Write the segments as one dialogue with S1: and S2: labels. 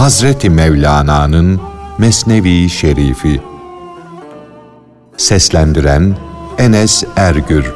S1: Hazreti Mevlana'nın Mesnevi Şerifi. Seslendiren Enes Ergür.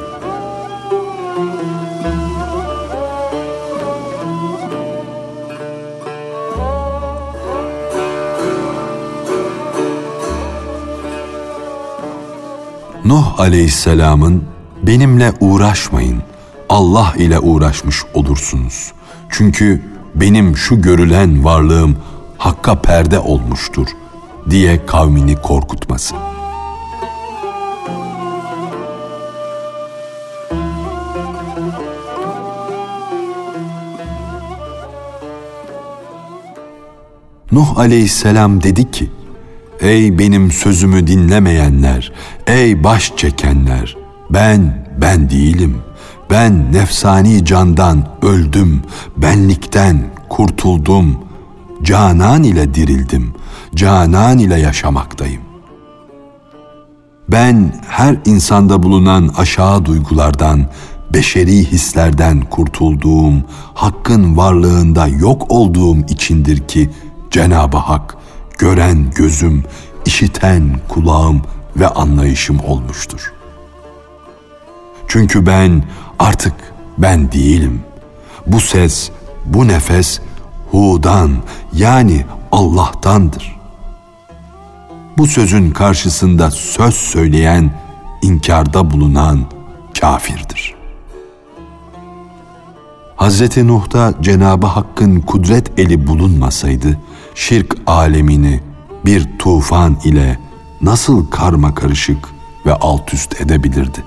S2: Nuh Aleyhisselam'ın benimle uğraşmayın, Allah ile uğraşmış olursunuz. Çünkü benim şu görülen varlığım Hakk'a perde olmuştur diye kavmini korkutması. Nuh Aleyhisselam dedi ki, ey benim sözümü dinlemeyenler, ey baş çekenler, ben değilim. Ben nefsani candan öldüm, benlikten kurtuldum. Canan ile dirildim, canan ile yaşamaktayım. Ben her insanda bulunan aşağı duygulardan, beşeri hislerden kurtulduğum, Hakk'ın varlığında yok olduğum içindir ki Cenab-ı Hak gören gözüm, işiten kulağım ve anlayışım olmuştur. Çünkü ben artık ben değilim. Bu ses, bu nefes Hu'dan yani Allah'tandır. Bu sözün karşısında söz söyleyen, inkarda bulunan kafirdir. Hazreti Nuh'ta Cenab-ı Hakk'ın kudret eli bulunmasaydı, şirk alemini bir tufan ile nasıl karmakarışık ve alt üst edebilirdi?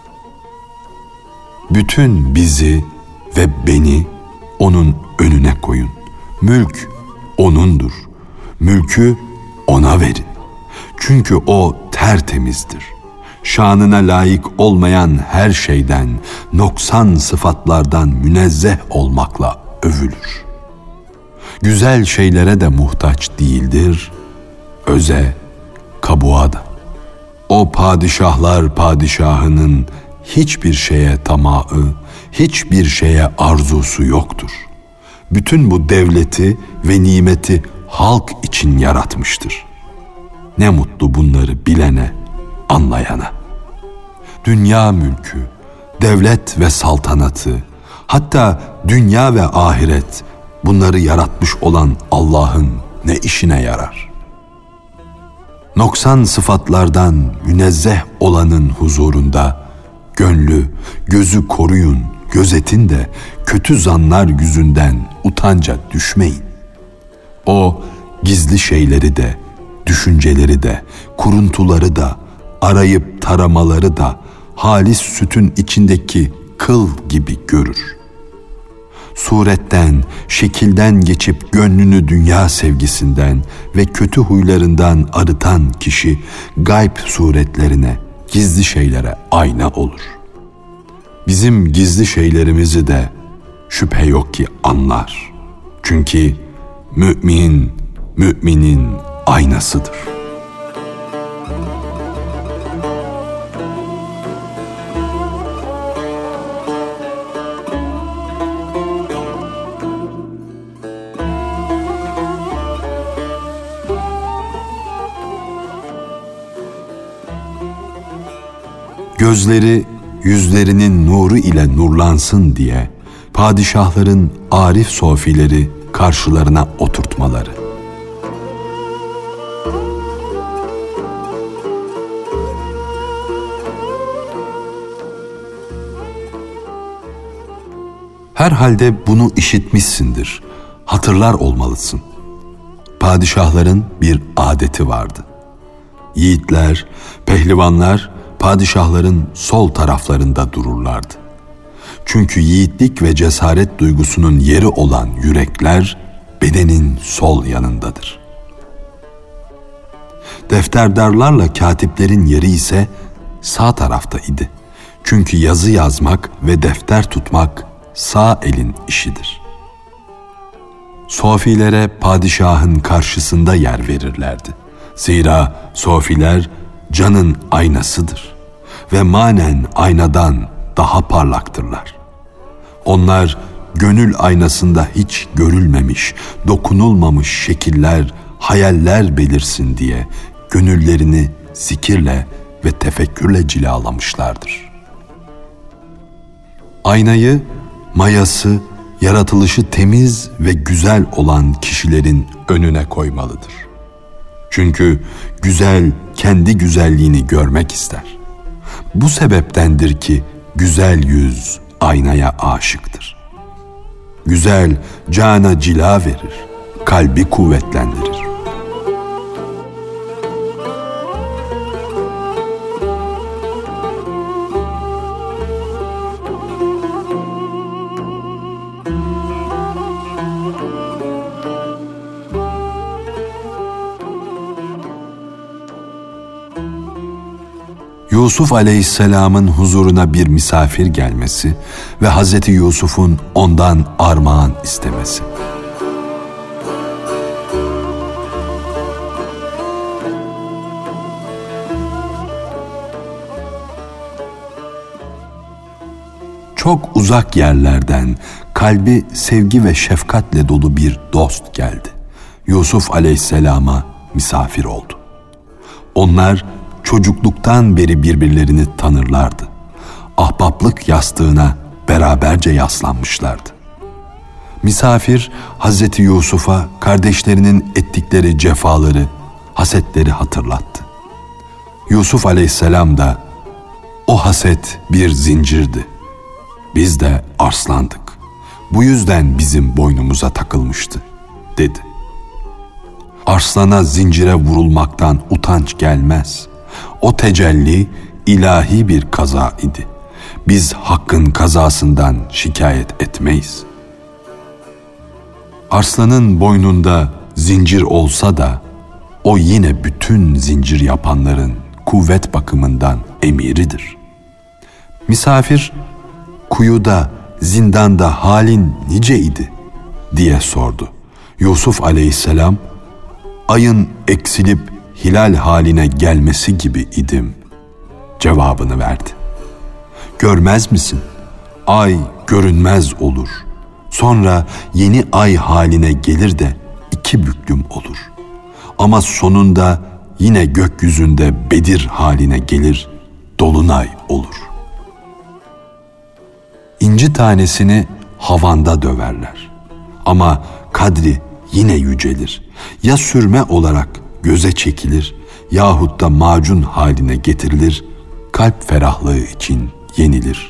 S2: Bütün bizi ve beni onun önüne koyun. Mülk O'nundur. Mülkü O'na verin. Çünkü O tertemizdir. Şanına layık olmayan her şeyden, noksan sıfatlardan münezzeh olmakla övülür. Güzel şeylere de muhtaç değildir, öze, kabuğa da. O padişahlar padişahının hiçbir şeye tamağı, hiçbir şeye arzusu yoktur. Bütün bu devleti ve nimeti halk için yaratmıştır. Ne mutlu bunları bilene, anlayana. Dünya mülkü, devlet ve saltanatı, hatta dünya ve ahiret, bunları yaratmış olan Allah'ın ne işine yarar? Noksan sıfatlardan münezzeh olanın huzurunda, gönlü, gözü koruyun, gözetin de kötü zanlar yüzünden utanca düşmeyin. O gizli şeyleri de, düşünceleri de, kuruntuları da, arayıp taramaları da halis sütün içindeki kıl gibi görür. Suretten, şekilden geçip gönlünü dünya sevgisinden ve kötü huylarından arıtan kişi gayb suretlerine, gizli şeylere ayna olur. Bizim gizli şeylerimizi de şüphe yok ki anlar. Çünkü mümin, müminin aynasıdır. Gözleri yüzlerinin nuru ile nurlansın diye padişahların arif sofileri karşılarına oturtmaları. Herhalde bunu işitmişsindir, hatırlar olmalısın. Padişahların bir adeti vardı. Yiğitler, pehlivanlar padişahların sol taraflarında dururlardı. Çünkü yiğitlik ve cesaret duygusunun yeri olan yürekler bedenin sol yanındadır. Defterdarlarla katiplerin yeri ise sağ tarafta idi. Çünkü yazı yazmak ve defter tutmak sağ elin işidir. Sofilere padişahın karşısında yer verirlerdi. Zira sofiler canın aynasıdır ve manen aynadan daha parlaktırlar. Onlar gönül aynasında hiç görülmemiş, dokunulmamış şekiller, hayaller belirsin diye gönüllerini zikirle ve tefekkürle cilalamışlardır. Aynayı, mayası, yaratılışı temiz ve güzel olan kişilerin önüne koymalıdır. Çünkü güzel kendi güzelliğini görmek ister. Bu sebeptendir ki güzel yüz aynaya aşıktır. Güzel cana cila verir, kalbi kuvvetlendirir. Yusuf Aleyhisselam'ın huzuruna bir misafir gelmesi ve Hazreti Yusuf'un ondan armağan istemesi. Çok uzak yerlerden kalbi sevgi ve şefkatle dolu bir dost geldi. Yusuf Aleyhisselam'a misafir oldu. Onlar çocukluktan beri birbirlerini tanırlardı. Ahbaplık yastığına beraberce yaslanmışlardı. Misafir Hazreti Yusuf'a kardeşlerinin ettikleri cefaları, hasetleri hatırlattı. Yusuf Aleyhisselam da o haset bir zincirdi. Biz de arslandık. Bu yüzden bizim boynumuza takılmıştı, dedi. Arslana zincire vurulmaktan utanç gelmez. O tecelli ilahi bir kaza idi. Biz hakkın kazasından şikayet etmeyiz. Arslanın boynunda zincir olsa da o yine bütün zincir yapanların kuvvet bakımından emiridir. Misafir, kuyuda, zindanda halin nice idi diye sordu. Yusuf Aleyhisselam, ayın eksilip hilal haline gelmesi gibi idim cevabını verdi. Görmez misin? Ay görünmez olur. Sonra yeni ay haline gelir de 2 büklüm olur. Ama sonunda yine gökyüzünde Bedir haline gelir, dolunay olur. İnci tanesini havanda döverler. Ama kadri yine yücelir. Ya sürme olarak göze çekilir yahut da macun haline getirilir, kalp ferahlığı için yenilir.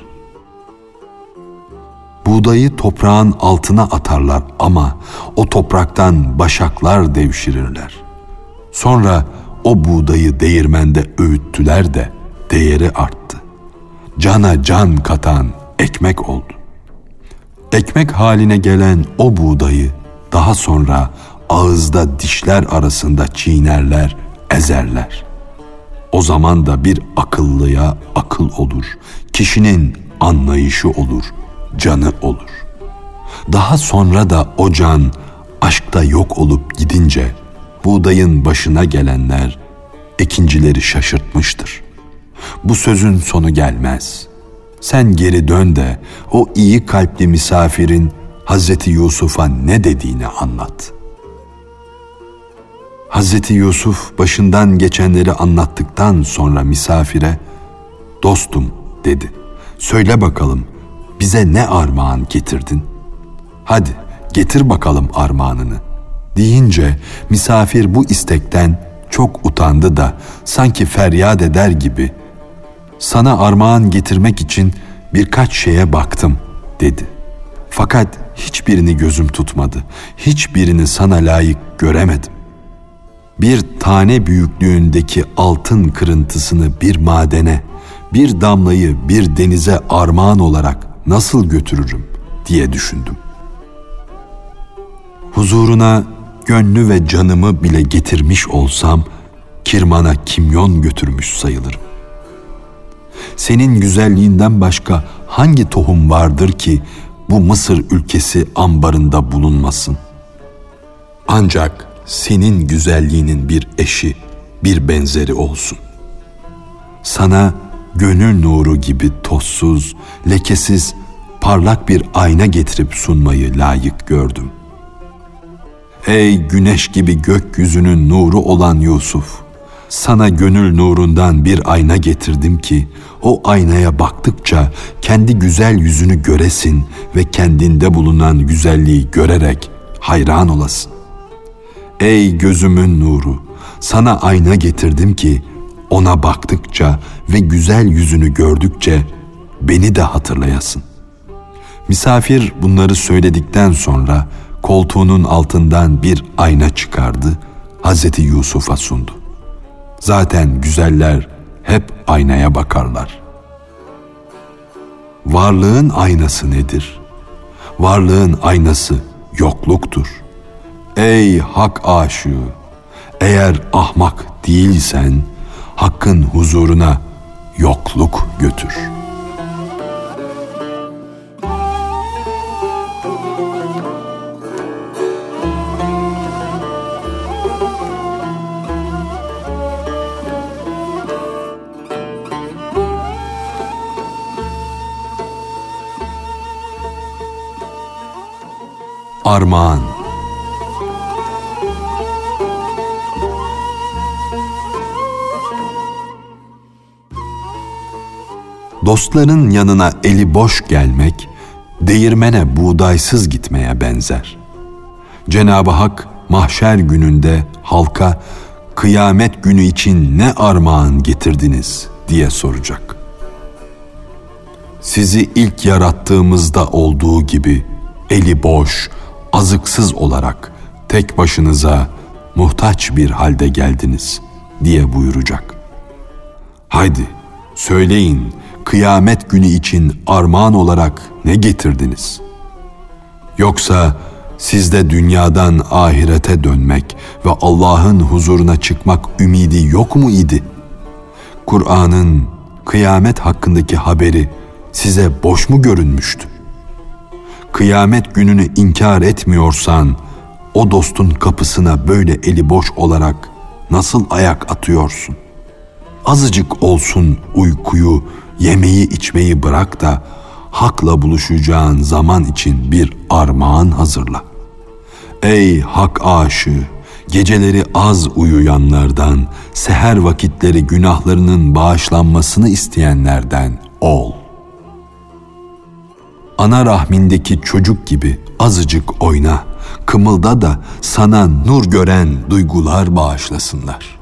S2: Buğdayı toprağın altına atarlar ama o topraktan başaklar devşirirler. Sonra o buğdayı değirmende öğüttüler de değeri arttı. Cana can katan ekmek oldu. Ekmek haline gelen o buğdayı daha sonra ağızda dişler arasında çiğnerler, ezerler. O zaman da bir akıllıya akıl olur, kişinin anlayışı olur, canı olur. Daha sonra da o can aşkta yok olup gidince buğdayın başına gelenler ekincileri şaşırtmıştır. Bu sözün sonu gelmez. Sen geri dön de o iyi kalpli misafirin Hazreti Yusuf'a ne dediğini anlat. Hazreti Yusuf başından geçenleri anlattıktan sonra misafire, dostum dedi, söyle bakalım bize ne armağan getirdin? Hadi getir bakalım armağanını deyince misafir bu istekten çok utandı da sanki feryat eder gibi, sana armağan getirmek için birkaç şeye baktım dedi. Fakat hiçbirini gözüm tutmadı, hiçbirini sana layık göremedim. Bir tane büyüklüğündeki altın kırıntısını bir madene, bir damlayı bir denize armağan olarak nasıl götürürüm diye düşündüm. Huzuruna gönlü ve canımı bile getirmiş olsam, kirmana kimyon götürmüş sayılırım. Senin güzelliğinden başka hangi tohum vardır ki bu Mısır ülkesi ambarında bulunmasın? Ancak senin güzelliğinin bir eşi, bir benzeri olsun. Sana gönül nuru gibi tozsuz, lekesiz, parlak bir ayna getirip sunmayı layık gördüm. Ey güneş gibi gökyüzünün nuru olan Yusuf! Sana gönül nurundan bir ayna getirdim ki, o aynaya baktıkça kendi güzel yüzünü göresin ve kendinde bulunan güzelliği görerek hayran olasın. Ey gözümün nuru! Sana ayna getirdim ki, ona baktıkça ve güzel yüzünü gördükçe beni de hatırlayasın. Misafir bunları söyledikten sonra koltuğunun altından bir ayna çıkardı, Hazreti Yusuf'a sundu. Zaten güzeller hep aynaya bakarlar. Varlığın aynası nedir? Varlığın aynası yokluktur. Ey hak aşığı! Eğer ahmak değilsen, Hakk'ın huzuruna yokluk götür. Armağan. Dostların yanına eli boş gelmek, değirmene buğdaysız gitmeye benzer. Cenab-ı Hak mahşer gününde halka kıyamet günü için ne armağan getirdiniz diye soracak. Sizi ilk yarattığımızda olduğu gibi eli boş, azıksız olarak tek başınıza muhtaç bir halde geldiniz diye buyuracak. Haydi söyleyin, kıyamet günü için armağan olarak ne getirdiniz? Yoksa sizde dünyadan ahirete dönmek ve Allah'ın huzuruna çıkmak ümidi yok mu idi? Kur'an'ın kıyamet hakkındaki haberi size boş mu görünmüştü? Kıyamet gününü inkar etmiyorsan, o dostun kapısına böyle eli boş olarak nasıl ayak atıyorsun? Azıcık olsun uykuyu, yemeği içmeyi bırak da Hak'la buluşacağın zaman için bir armağan hazırla. Ey Hak aşığı, geceleri az uyuyanlardan, seher vakitleri günahlarının bağışlanmasını isteyenlerden ol. Ana rahmindeki çocuk gibi azıcık oyna, kımılda da sana nur gören duygular bağışlasınlar.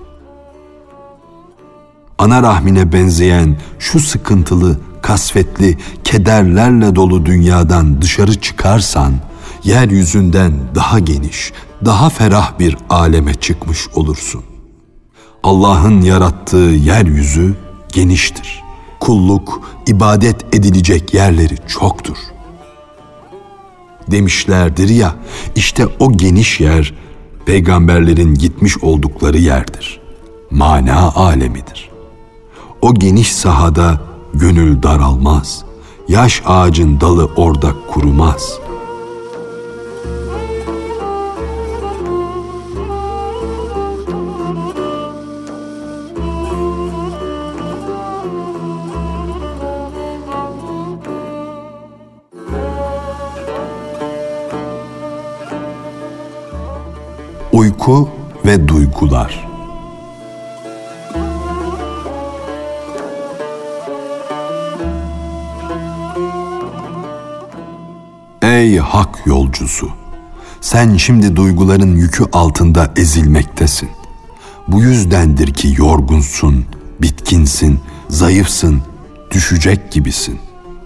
S2: Ana rahmine benzeyen şu sıkıntılı, kasvetli, kederlerle dolu dünyadan dışarı çıkarsan, yeryüzünden daha geniş, daha ferah bir aleme çıkmış olursun. Allah'ın yarattığı yeryüzü geniştir. Kulluk, ibadet edilecek yerleri çoktur. Demişlerdir ya, işte o geniş yer, peygamberlerin gitmiş oldukları yerdir. Mana alemidir. O geniş sahada gönül daralmaz, yaş ağacın dalı orada kurumaz. Uyku ve duygular. Ey hak yolcusu! Sen şimdi duyguların yükü altında ezilmektesin. Bu yüzdendir ki yorgunsun, bitkinsin, zayıfsın, düşecek gibisin.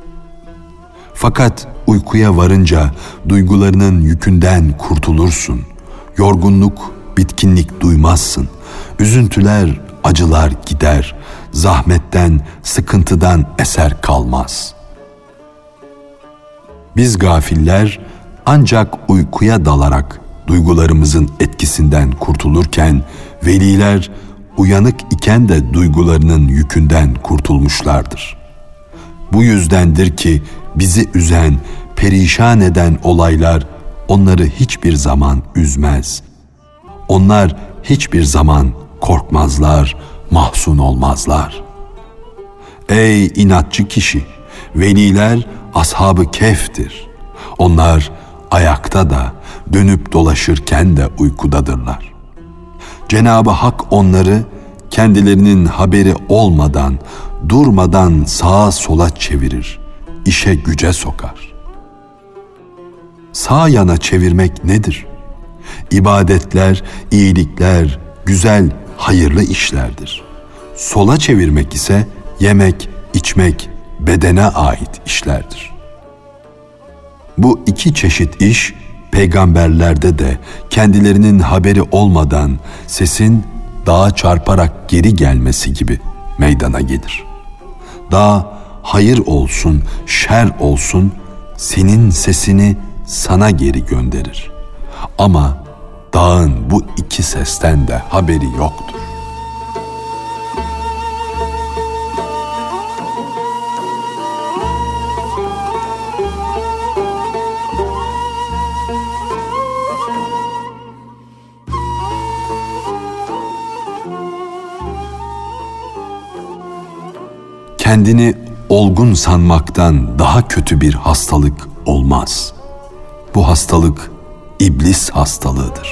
S2: Fakat uykuya varınca duygularının yükünden kurtulursun. Yorgunluk, bitkinlik duymazsın. Üzüntüler, acılar gider. Zahmetten, sıkıntıdan eser kalmaz. Biz gafiller ancak uykuya dalarak duygularımızın etkisinden kurtulurken, veliler uyanık iken de duygularının yükünden kurtulmuşlardır. Bu yüzdendir ki bizi üzen, perişan eden olaylar onları hiçbir zaman üzmez. Onlar hiçbir zaman korkmazlar, mahzun olmazlar. Ey inatçı kişi! Veliler Ashab-ı Kehf'tir. Onlar ayakta da, dönüp dolaşırken de uykudadırlar. Cenab-ı Hak onları kendilerinin haberi olmadan, durmadan sağa sola çevirir, işe güce sokar. Sağ yana çevirmek nedir? İbadetler, iyilikler, güzel, hayırlı işlerdir. Sola çevirmek ise yemek, içmek, bedene ait işlerdir. Bu iki çeşit iş, peygamberlerde de kendilerinin haberi olmadan sesin dağa çarparak geri gelmesi gibi meydana gelir. Dağ hayır olsun, şer olsun, senin sesini sana geri gönderir. Ama dağın bu iki sesten de haberi yoktur. Kendini olgun sanmaktan daha kötü bir hastalık olmaz. Bu hastalık iblis hastalığıdır.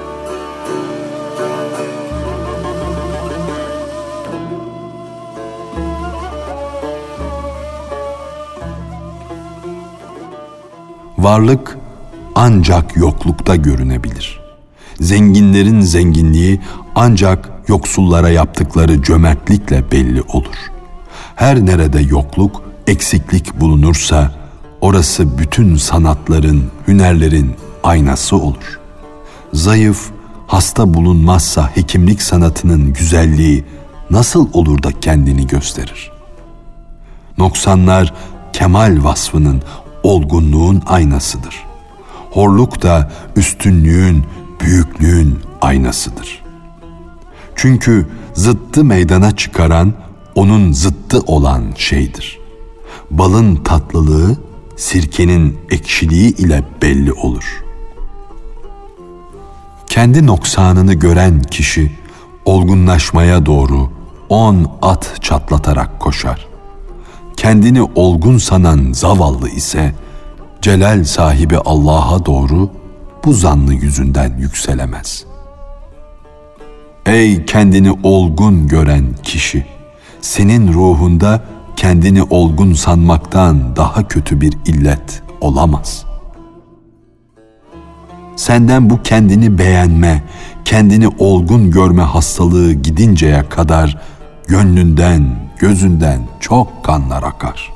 S2: Varlık ancak yoklukta görünebilir. Zenginlerin zenginliği ancak yoksullara yaptıkları cömertlikle belli olur. Her nerede yokluk, eksiklik bulunursa orası bütün sanatların, hünerlerin aynası olur. Zayıf, hasta bulunmazsa hekimlik sanatının güzelliği nasıl olur da kendini gösterir? Noksanlar kemal vasfının, olgunluğun aynasıdır. Horluk da üstünlüğün, büyüklüğün aynasıdır. Çünkü zıttı meydana çıkaran onun zıttı olan şeydir. Balın tatlılığı, sirkenin ekşiliği ile belli olur. Kendi noksanını gören kişi, olgunlaşmaya doğru 10 at çatlatarak koşar. Kendini olgun sanan zavallı ise, celal sahibi Allah'a doğru bu zannı yüzünden yükselemez. Ey kendini olgun gören kişi! Senin ruhunda kendini olgun sanmaktan daha kötü bir illet olamaz. Senden bu kendini beğenme, kendini olgun görme hastalığı gidinceye kadar gönlünden, gözünden çok kanlar akar.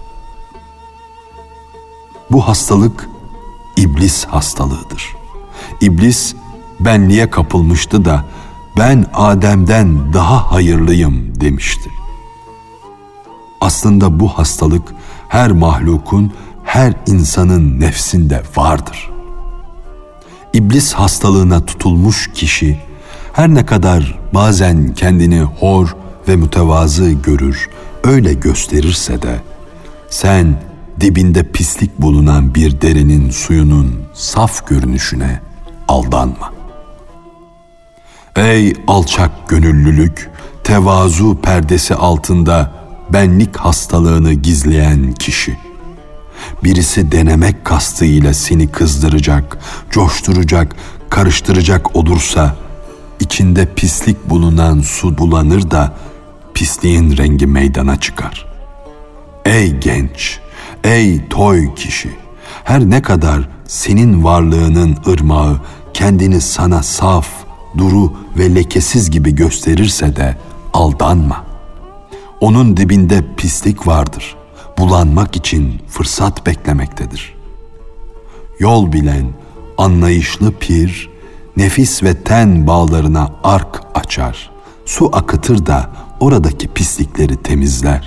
S2: Bu hastalık iblis hastalığıdır. İblis benliğe kapılmıştı da ben Adem'den daha hayırlıyım demişti. Aslında bu hastalık her mahlukun, her insanın nefsinde vardır. İblis hastalığına tutulmuş kişi her ne kadar bazen kendini hor ve mütevazı görür, öyle gösterirse de sen dibinde pislik bulunan bir derenin suyunun saf görünüşüne aldanma. Ey alçak gönüllülük, tevazu perdesi altında benlik hastalığını gizleyen kişi! Birisi denemek kastıyla seni kızdıracak, coşturacak, karıştıracak olursa, içinde pislik bulunan su bulanır da pisliğin rengi meydana çıkar. Ey genç, ey toy kişi! Her ne kadar senin varlığının ırmağı kendini sana saf, duru ve lekesiz gibi gösterirse de aldanma. Onun dibinde pislik vardır. Bulanmak için fırsat beklemektedir. Yol bilen, anlayışlı pir, nefis ve ten bağlarına ark açar. Su akıtır da oradaki pislikleri temizler.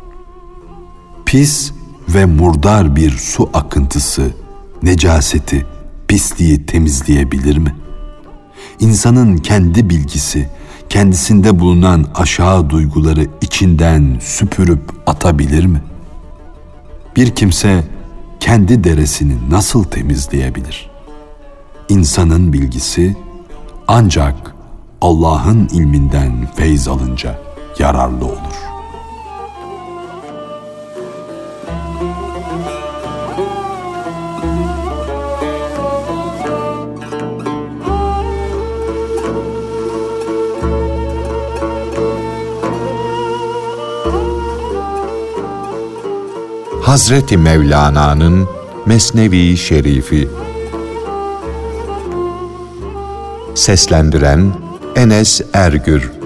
S2: Pis ve murdar bir su akıntısı, necaseti, pisliği temizleyebilir mi? İnsanın kendi bilgisi, kendisinde bulunan aşağı duyguları içinden süpürüp atabilir mi? Bir kimse kendi deresini nasıl temizleyebilir? İnsanın bilgisi ancak Allah'ın ilminden feyz alınca yararlı olur.
S1: Hazreti Mevlana'nın Mesnevi Şerifi. Seslendiren Enes Ergür.